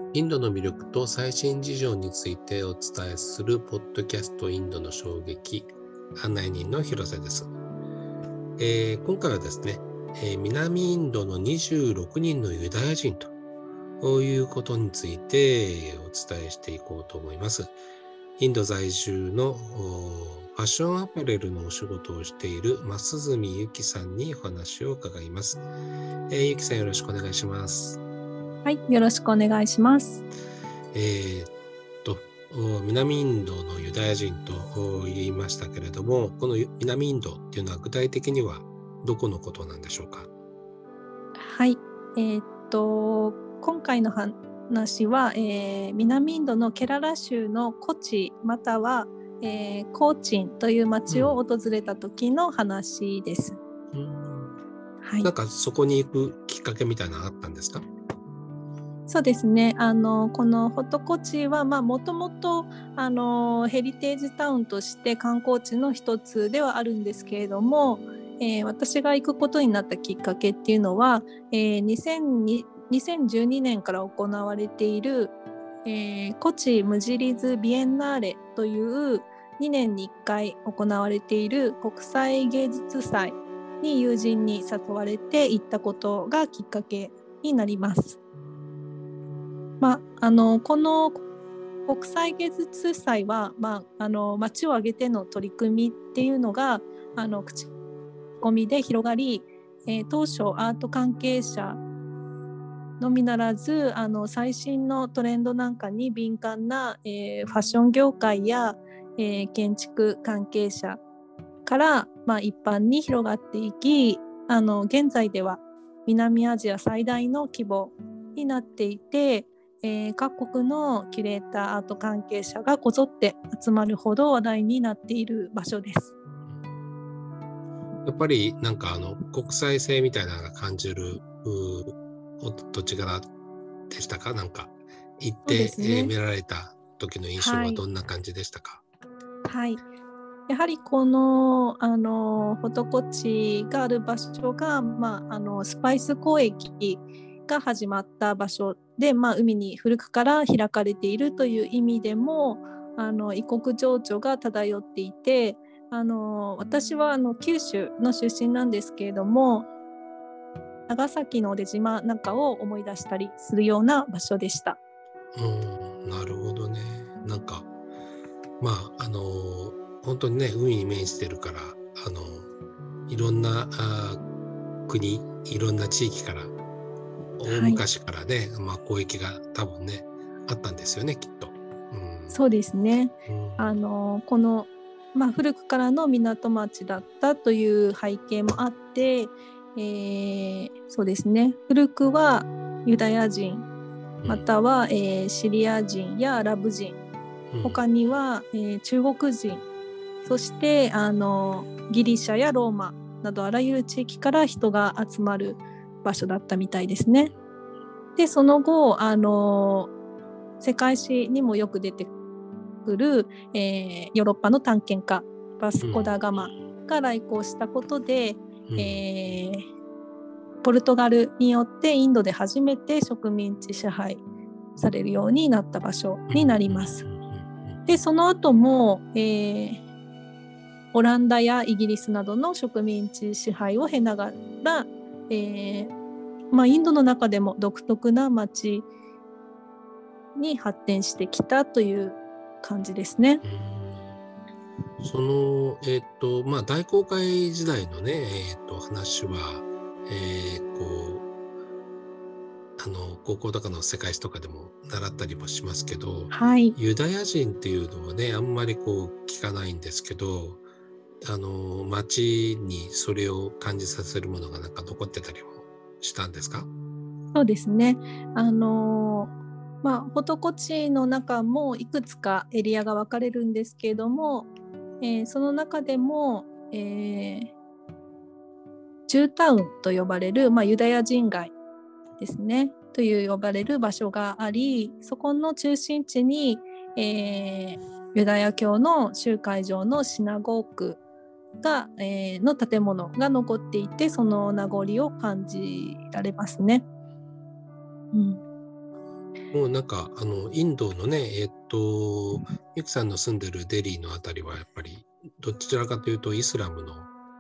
インドの魅力と最新事情についてお伝えするポッドキャストインドの衝撃、案内人の広瀬です。今回はですね、南インドの26人のユダヤ人ということについてお伝えしていこうと思います。インド在住のファッションアパレルのお仕事をしている増住由紀さんにお話を伺います。由紀さん、よろしくお願いします。 はい、よろしくお願いします。 南インドのユダヤ人と言いましたけれども、この南インドっていうのは具体的にはどこのことなんでしょうか？ はい、今回の話は、南インドのケララ州のコチまたは、コーチンという町を訪れた時の話です。 はい、なんかそこに行くきっかけみたいなのあったんですか？ そうですね。このホトコチはもともとヘリテージタウンとして観光地の一つではあるんですけれども、私が行くことになったきっかけっていうのは、2012年から行われている、コチムジリズビエンナーレという2年に1回行われている国際芸術祭に友人に誘われて行ったことがきっかけになります。この国際芸術祭は、町を挙げての取り組みっていうのが口コミで広がり、当初アート関係者のみならず最新のトレンドなんかに敏感な、ファッション業界や、建築関係者から、一般に広がっていき、現在では南アジア最大の規模になっていて、各国のキュレーターアート関係者がこぞって集まるほど話題になっている場所です。 やっぱりなんか国際性みたいなのが感じる土地柄でしたか？なんか行って、見られた時の印象はどんな感じでしたか？ はい、やはりこのホトコチがある場所が、スパイス交易が始まった場所で、海に古くから開かれているという意味でも異国情緒が漂っていて、私は九州の出身なんですけれども、長崎の出島なんかを思い出したりするような場所でした。 なるほどね。なんか本当にね、海に面してるからいろんな国、いろんな地域から大昔からね、交易が多分ねあったんですよね、きっと。 そうですね。この古くからの港町だったという背景もあって、そうですね。古くはユダヤ人または、シリア人やアラブ人、他には、中国人、そしてギリシャやローマなどあらゆる地域から人が集まる場所だったみたいですね。でその後世界史にもよく出てくる、ヨーロッパの探検家バスコ・ダ・ガマが来航したことで、ポルトガルによってインドで初めて植民地支配されるようになった場所になります。でその後も、オランダやイギリスなどの植民地支配を経ながら、インドの中でも独特な町に発展してきたという感じですね。 その大航海時代のね、話は、高校とかの世界史とかでも習ったりもしますけど、ユダヤ人っていうのはねあんまり聞かないんですけど、街にそれを感じさせるものがなんか残ってたりもしたんですか？ そうですね。ホトコチの中もいくつかエリアが分かれるんですけれども、その中でも、ジュータウンと呼ばれる、ユダヤ人街ですねという呼ばれる場所があり、そこの中心地に、ユダヤ教の集会場のシナゴークが、の建物が残っていて、その名残を感じられますね。 もうなんかインドのね、ゆきさんの住んでるデリーのあたりはやっぱりどちらかというとイスラムの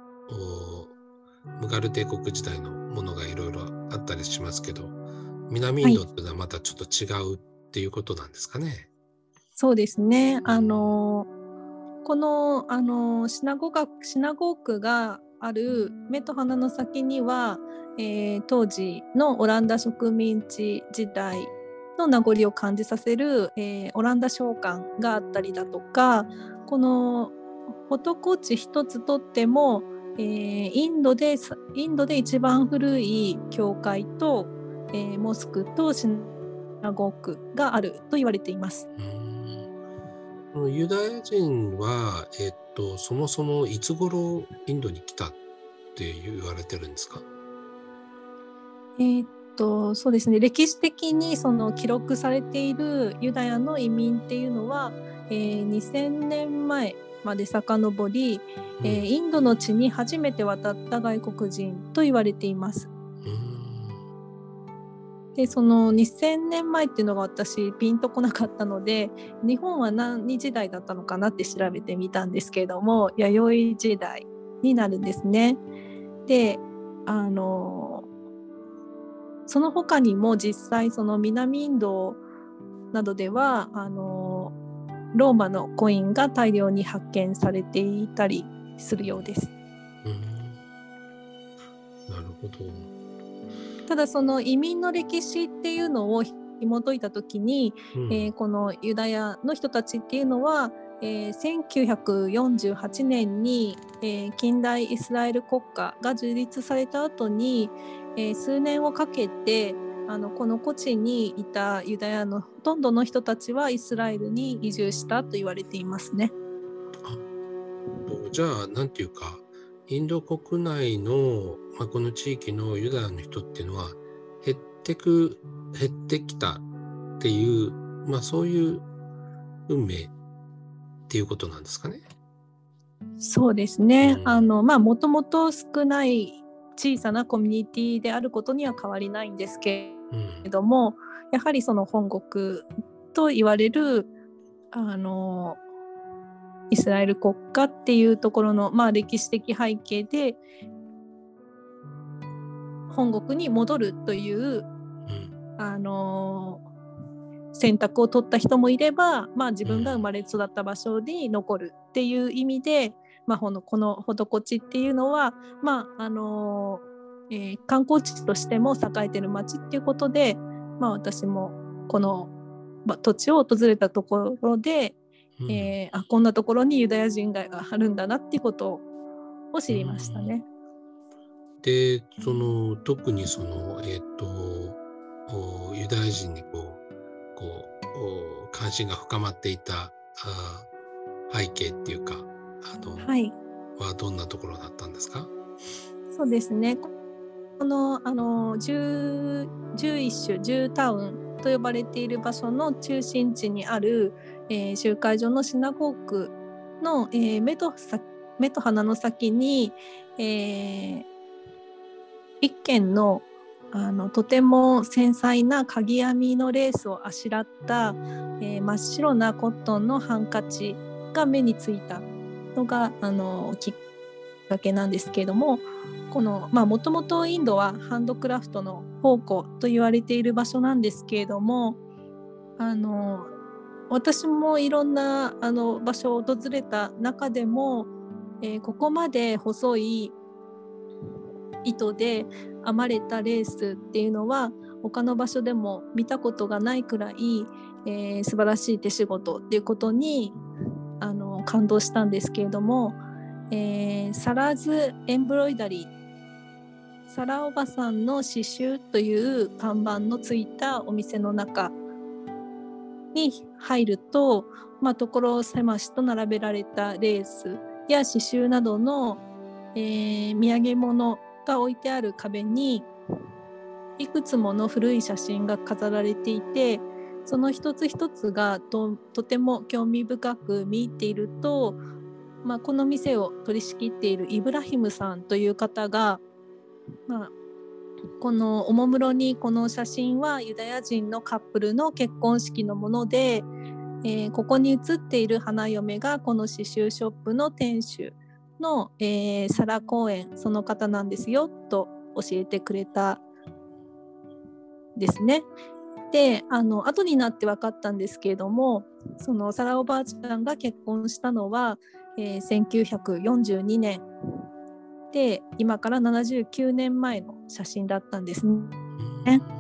ムガル帝国時代のものがいろいろあったりしますけど、南インドっていうのはまたちょっと違うっていうことなんですかね。 そうですね。このシナゴークがある目と鼻の先には、当時のオランダ植民地時代の名残を感じさせる、オランダ商館があったりだとか、このフォトコーチ一つとっても、インドで一番古い教会と、モスクとシナゴークがあると言われています。 ユダヤ人は、そもそもいつ頃インドに来たって言われてるんですか？ そうですね、歴史的にその記録されているユダヤの移民っていうのは、2000年前まで遡り、インドの地に初めて渡った外国人と言われています。でその2000年前っていうのが私ピンとこなかったので、日本は何時代だったのかなって調べてみたんですけれども、弥生時代になるんですね。でその他にも実際その南インドなどではローマのコインが大量に発見されていたりするようです。 なるほど。 ただその移民の歴史っていうのを紐解いた時に、このユダヤの人たちっていうのは、1948年に、近代イスラエル国家が樹立された後に、数年をかけてこの古地にいたユダヤのほとんどの人たちはイスラエルに移住したと言われていますね。 じゃあなんていうか、インド国内の、この地域のユダヤの人っていうのは減ってきたっていう、そういう運命っていうことなんですかね。 そうですね。もともと少ない小さなコミュニティであることには変わりないんですけれども、やはりその本国と言われるイスラエル国家っていうところの、歴史的背景で本国に戻るという、選択を取った人もいれば、自分が生まれ育った場所に残るっていう意味で、このホトコチっていうのは、観光地としても栄えてる町っていうことで、私もこの土地を訪れたところで、こんなところにユダヤ人街があるんだなっていうことを知りましたね。 で、特にユダヤ人に関心が深まっていた背景っていうかはどんなところだったんですか？ そうですね。この10タウンと呼ばれている場所の中心地にある、集会所のシナゴークの、目と鼻の先に、一軒のとても繊細な鍵編みのレースをあしらった、真っ白なコットンのハンカチが目についたのがきっかけなんですけれども、このもともとインドはハンドクラフトの宝庫と言われている場所なんですけれども、私もいろんな場所を訪れた中でも、ここまで細い糸で編まれたレースっていうのは他の場所でも見たことがないくらい、素晴らしい手仕事っていうことに感動したんですけれども、サラーズエンブロイダリー、サラおばさんの刺繍という看板のついたお店の中に入ると、所狭しと並べられたレースや刺繍などの、土産物が置いてある壁にいくつもの古い写真が飾られていて、その一つ一つが とても興味深く見入っていると、この店を取り仕切っているイブラヒムさんという方が、 このおもむろにこの写真はユダヤ人のカップルの結婚式のもので、ここに写っている花嫁がこの刺繍ショップの店主の、サラ・コーエン、その方なんですよと教えてくれたですね。で、後になって分かったんですけれども、そのサラおばあちゃんが結婚したのは、1942年で、今から79年前の写真だったんですね。 なる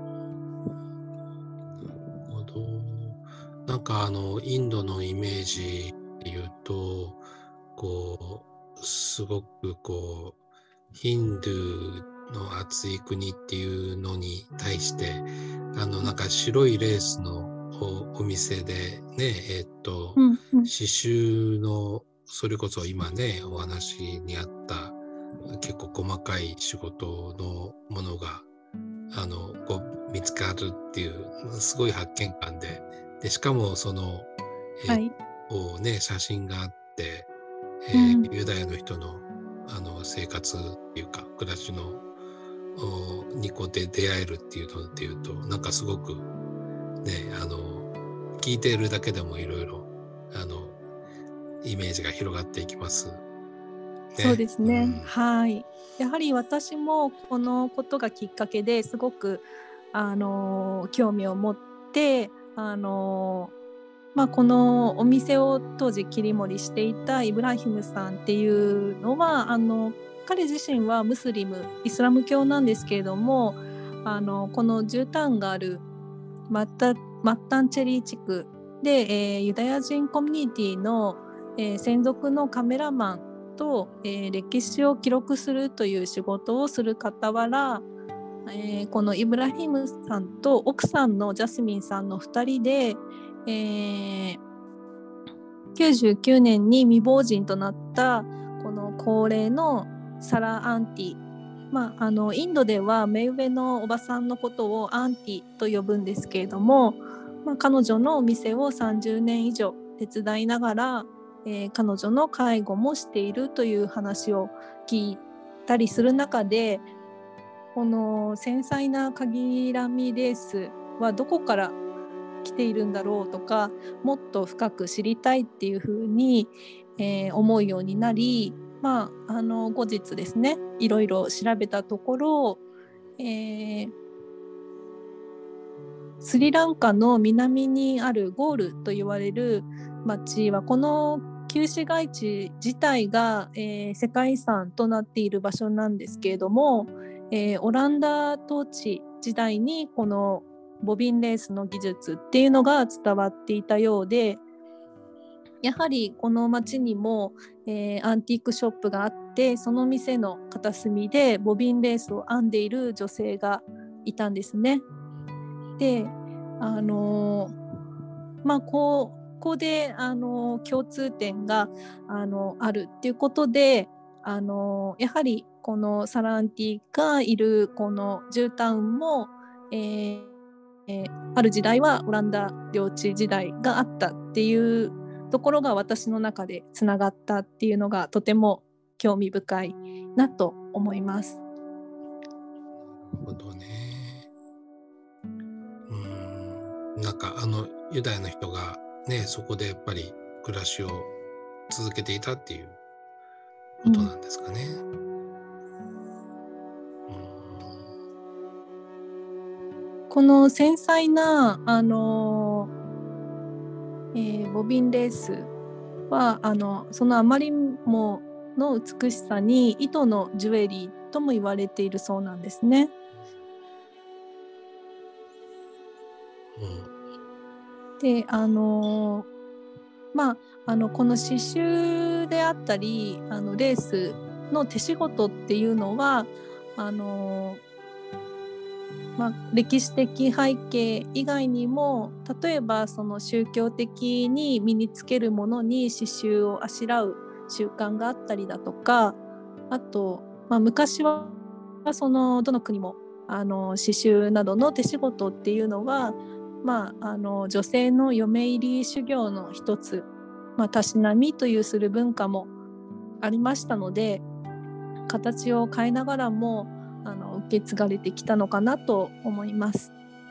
ほど。なんかインドのイメージで言うと、こうすごくこうヒンドゥーの暑い国っていうのに対してなんか白いレースのお店でね、刺繍のそれこそ今ねお話にあった結構細かい仕事のものがこう見つかるっていうすごい発見感で、しかもその、写真があって、ユダヤの人の生活っていうか暮らしのにこで出会えるっていうのっていうと、なんかすごくね聞いているだけでもいろいろイメージが広がっていきます。 そうですね、はい。やはり私もこのことがきっかけですごく興味を持ってこのお店を当時切り盛りしていたイブラヒムさんっていうのは彼自身はムスリムイスラム教なんですけれども、この絨毯があるマッタンチェリー地区で、ユダヤ人コミュニティの、専属のカメラマンと、歴史を記録するという仕事をする傍ら、このイブラヒムさんと奥さんのジャスミンさんの2人で、99年に未亡人となったこの高齢のサラ・アンティ、インドでは目上のおばさんのことをアンティと呼ぶんですけれども、彼女のお店を30年以上手伝いながら、彼女の介護もしているという話を聞いたりする中で、この繊細な鍵ラミレースはどこから来ているんだろうとか、もっと深く知りたいっていうふうに、思うようになり、後日ですね、いろいろ調べたところ、スリランカの南にあるゴールと言われる町は、この旧市街地自体が、世界遺産となっている場所なんですけれども、オランダ統治時代にこのボビンレースの技術っていうのが伝わっていたようで、やはりこの町にも、アンティークショップがあって、その店の片隅でボビンレースを編んでいる女性がいたんですね。で、ここで共通点があるっていうことで、やはりこのサラ・アンティがいるこの絨毯も、ある時代はオランダ領地時代があったっていうところが私の中でつながったっていうのがとても興味深いなと思います。 なるほどね。なんかユダヤの人がね、そこでやっぱり暮らしを続けていたっていうことなんですかね。 この繊細なボビンレースはそのあまりもの美しさに糸のジュエリーとも言われているそうなんですね。でこの刺繍であったりレースの手仕事っていうのは歴史的背景以外にも、例えばその宗教的に身につけるものに刺繍をあしらう習慣があったりだとか、あと、昔はそのどの国も刺繍などの手仕事っていうのは、女性の嫁入り修行の一つ、たしなみというする文化もありましたので、形を変えながらも受け継がれてきたのかなと思います。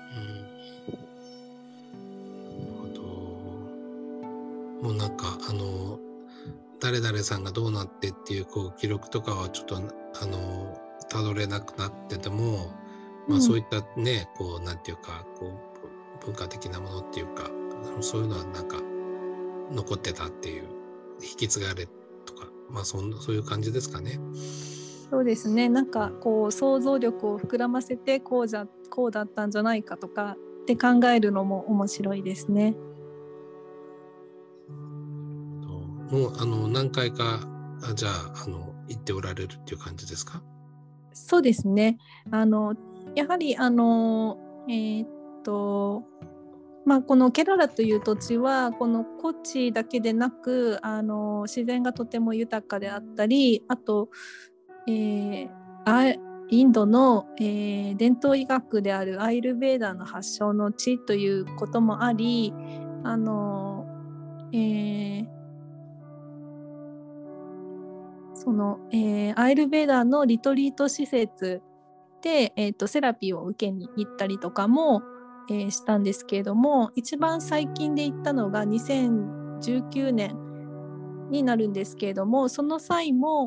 もうなんか誰々さんがどうなってっていう記録とかはちょっとたどれなくなってても、そういったねなんていうか文化的なものっていうかそういうのはなんか残ってたっていう引き継がれとかそういう感じですかね。 そうですね。なんか想像力を膨らませてこうだったんじゃないかとかって考えるのも面白いですね。 もう何回かじゃあ行っておられるっていう感じですか？ そうですね。やはりこのケララという土地はこの高地だけでなく自然がとても豊かであったり、あと、インドの、伝統医学であるアイルベーダの発祥の地ということもあり、アイルベーダのリトリート施設で、セラピーを受けに行ったりとかも、したんですけれども、一番最近で行ったのが2019年になるんですけれども、その際も、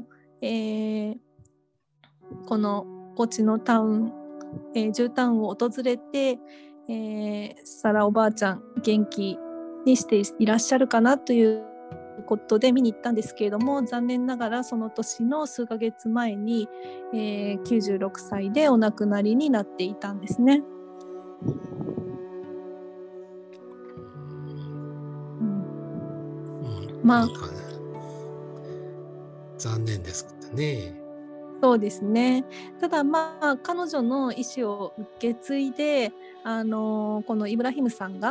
この高知のタウン、ジュータウンを訪れて、サラおばあちゃん元気にしていらっしゃるかなということで見に行ったんですけれども、残念ながらその年の数ヶ月前に、96歳でお亡くなりになっていたんですね。 なんかね、残念ですね。 そうですね。ただ彼女の意思を受け継いでこのイブラヒムさんが、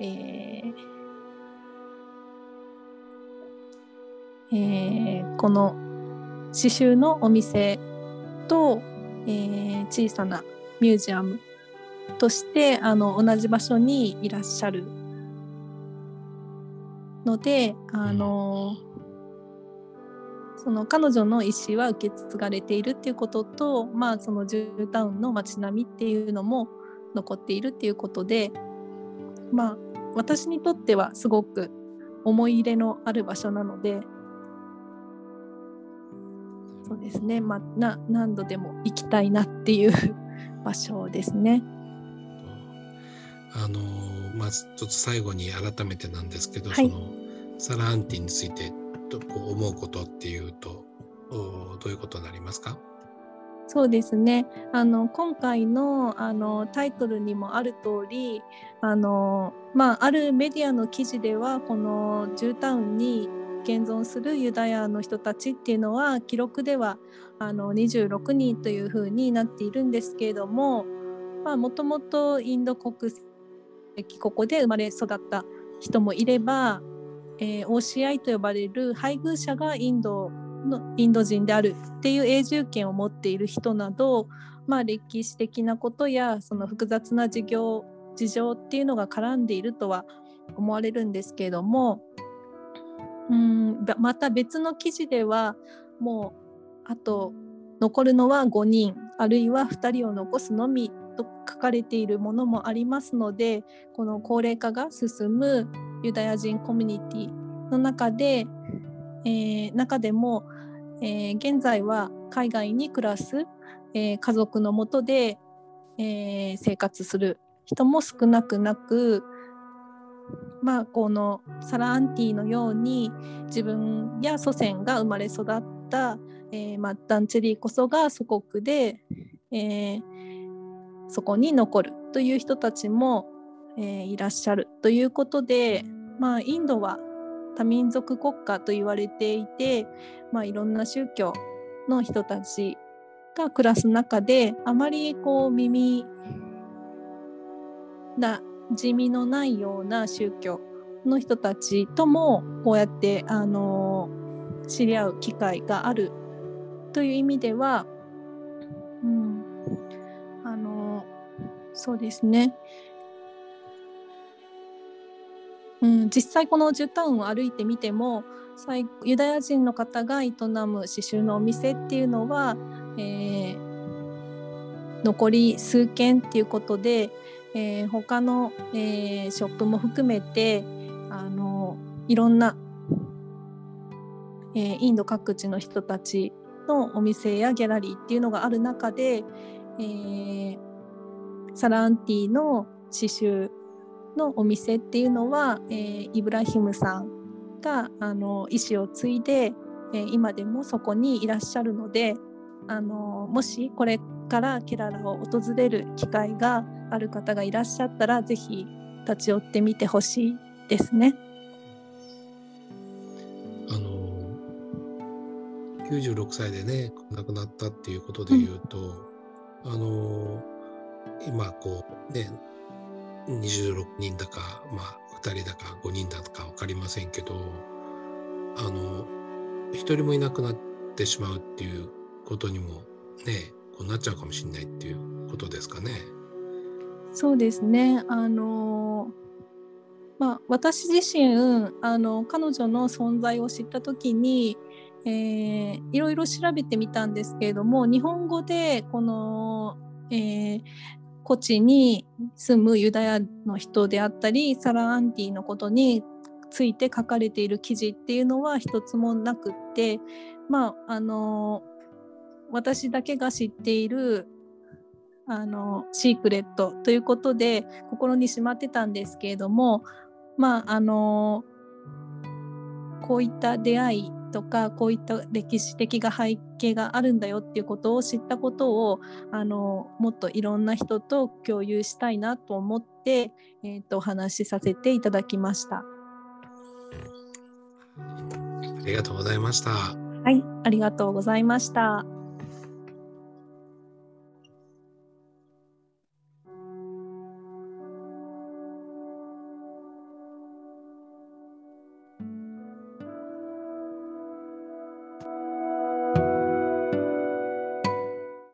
この刺繍のお店と、小さなミュージアムとして同じ場所にいらっしゃるので、その彼女の意思は受け継がれているっていうことと、そのジュータウンの街並みっていうのも残っているっていうことで、私にとってはすごく思い入れのある場所なので、そうですね、何度でも行きたいなっていう場所ですね。 ちょっと最後に改めてなんですけど、 はい、 そのサラ・アンティについて思うことっていうとどういうことになりますか？ そうですね。今回のタイトルにもある通り、あるメディアの記事ではこのジュータウンに現存するユダヤの人たちっていうのは記録では26人というふうになっているんですけれども、もともとインド国籍、ここで生まれ育った人もいれば、OCI と呼ばれる配偶者がインド人であるっていう永住権を持っている人など、歴史的なことやその複雑な事情っていうのが絡んでいるとは思われるんですけれども、また別の記事ではもうあと残るのは5人あるいは2人を残すのみと書かれているものもありますので、この高齢化が進むユダヤ人コミュニティの中でも、現在は海外に暮らす、家族の下で、生活する人も少なくなく、このサラ・アンティのように自分や祖先が生まれ育った、ダンチェリーこそが祖国で、そこに残るという人たちも、いらっしゃるということで、インドは多民族国家と言われていて、いろんな宗教の人たちが暮らす中であまり地味のないような宗教の人たちともこうやって知り合う機会があるという意味では、そうですね、実際このジュタウンを歩いてみてもユダヤ人の方が営む刺繍のお店っていうのは、 残り数件っていうことで、他の、ショップも含めていろんな、インド各地の人たちのお店やギャラリーっていうのがある中で、サラアンティの刺繍のお店っていうのは、イブラヒムさんが意思を継いで、今でもそこにいらっしゃるので、もしこれからケララを訪れる機会がある方がいらっしゃったら、ぜひ立ち寄ってみてほしいですね。 96歳でね亡くなったっていうことでいうと、今こうね26人だか、2人だか5人だか分かりませんけど、1人もいなくなってしまうっていうことにもねこうなっちゃうかもしれないっていうことですかね。そうですね。 私自身彼女の存在を知った時に、いろいろ調べてみたんですけれども、日本語でこの、コチに住むユダヤの人であったりサラアンティのことについて書かれている記事っていうのは一つもなくって、私だけが知っているシークレットということで心にしまってたんですけれども、こういった出会いとかこういった歴史的な背景があるんだよっていうことを知ったことをもっといろんな人と共有したいなと思って、お話しさせていただきました。 ありがとうございました。 はい、ありがとうございました。